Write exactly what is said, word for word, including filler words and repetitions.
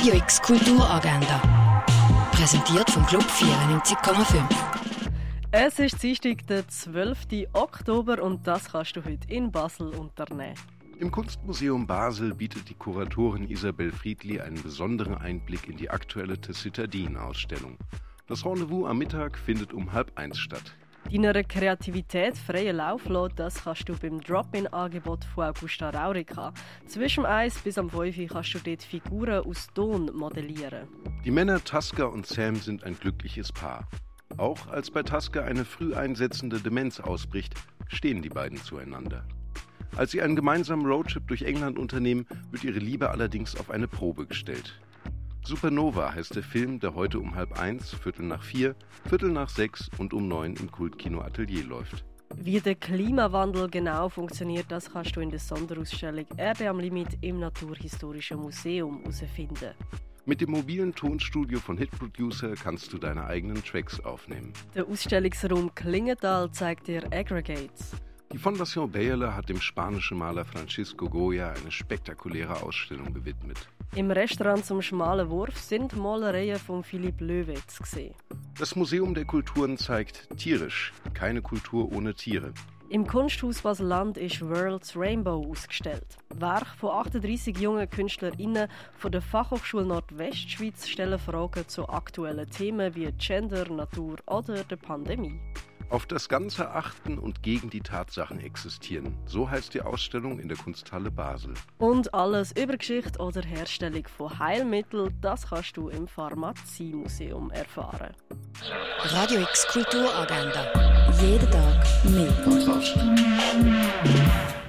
Radio X Kulturagenda. Präsentiert vom Club vierundneunzig Komma fünf. Es ist Dienstag, der zwölften Oktober und das kannst du heute in Basel unternehmen. Im Kunstmuseum Basel bietet die Kuratorin Isabel Friedli einen besonderen Einblick in die aktuelle Citadine-Ausstellung. Das Rendezvous am Mittag findet um halb eins statt. Deiner Kreativität freien Lauf lassen, das kannst du beim Drop-In-Angebot von Augusta Raurica. Zwischen eins bis am fünf kannst du dort Figuren aus Ton modellieren. Die Männer Tasker und Sam sind ein glückliches Paar. Auch als bei Tasker eine früh einsetzende Demenz ausbricht, stehen die beiden zueinander. Als sie einen gemeinsamen Roadtrip durch England unternehmen, wird ihre Liebe allerdings auf eine Probe gestellt. Supernova heißt der Film, der heute um halb eins, Viertel nach vier, Viertel nach sechs und um neun im Kultkino Atelier läuft. Wie der Klimawandel genau funktioniert, das kannst du in der Sonderausstellung Erde am Limit im Naturhistorischen Museum herausfinden. Mit dem mobilen Tonstudio von Hit Producer kannst du deine eigenen Tracks aufnehmen. Der Ausstellungsraum Klingenthal zeigt dir Aggregates. Die Fondation Bayerle hat dem spanischen Maler Francisco Goya eine spektakuläre Ausstellung gewidmet. Im Restaurant zum Schmalen Wurf sind Malereien von Philipp Löwe zu sehen. Das Museum der Kulturen zeigt Tierisch, keine Kultur ohne Tiere. Im Kunsthaus Basel-Land ist World's Rainbow ausgestellt. Werke von achtunddreissig jungen KünstlerInnen von der Fachhochschule Nordwestschweiz stellen Fragen zu aktuellen Themen wie Gender, Natur oder der Pandemie. Auf das Ganze achten und gegen die Tatsachen existieren. So heißt die Ausstellung in der Kunsthalle Basel. Und alles über Geschichte oder Herstellung von Heilmitteln, das kannst du im Pharmaziemuseum erfahren. Radio X Kulturagenda. Jeden Tag mehr.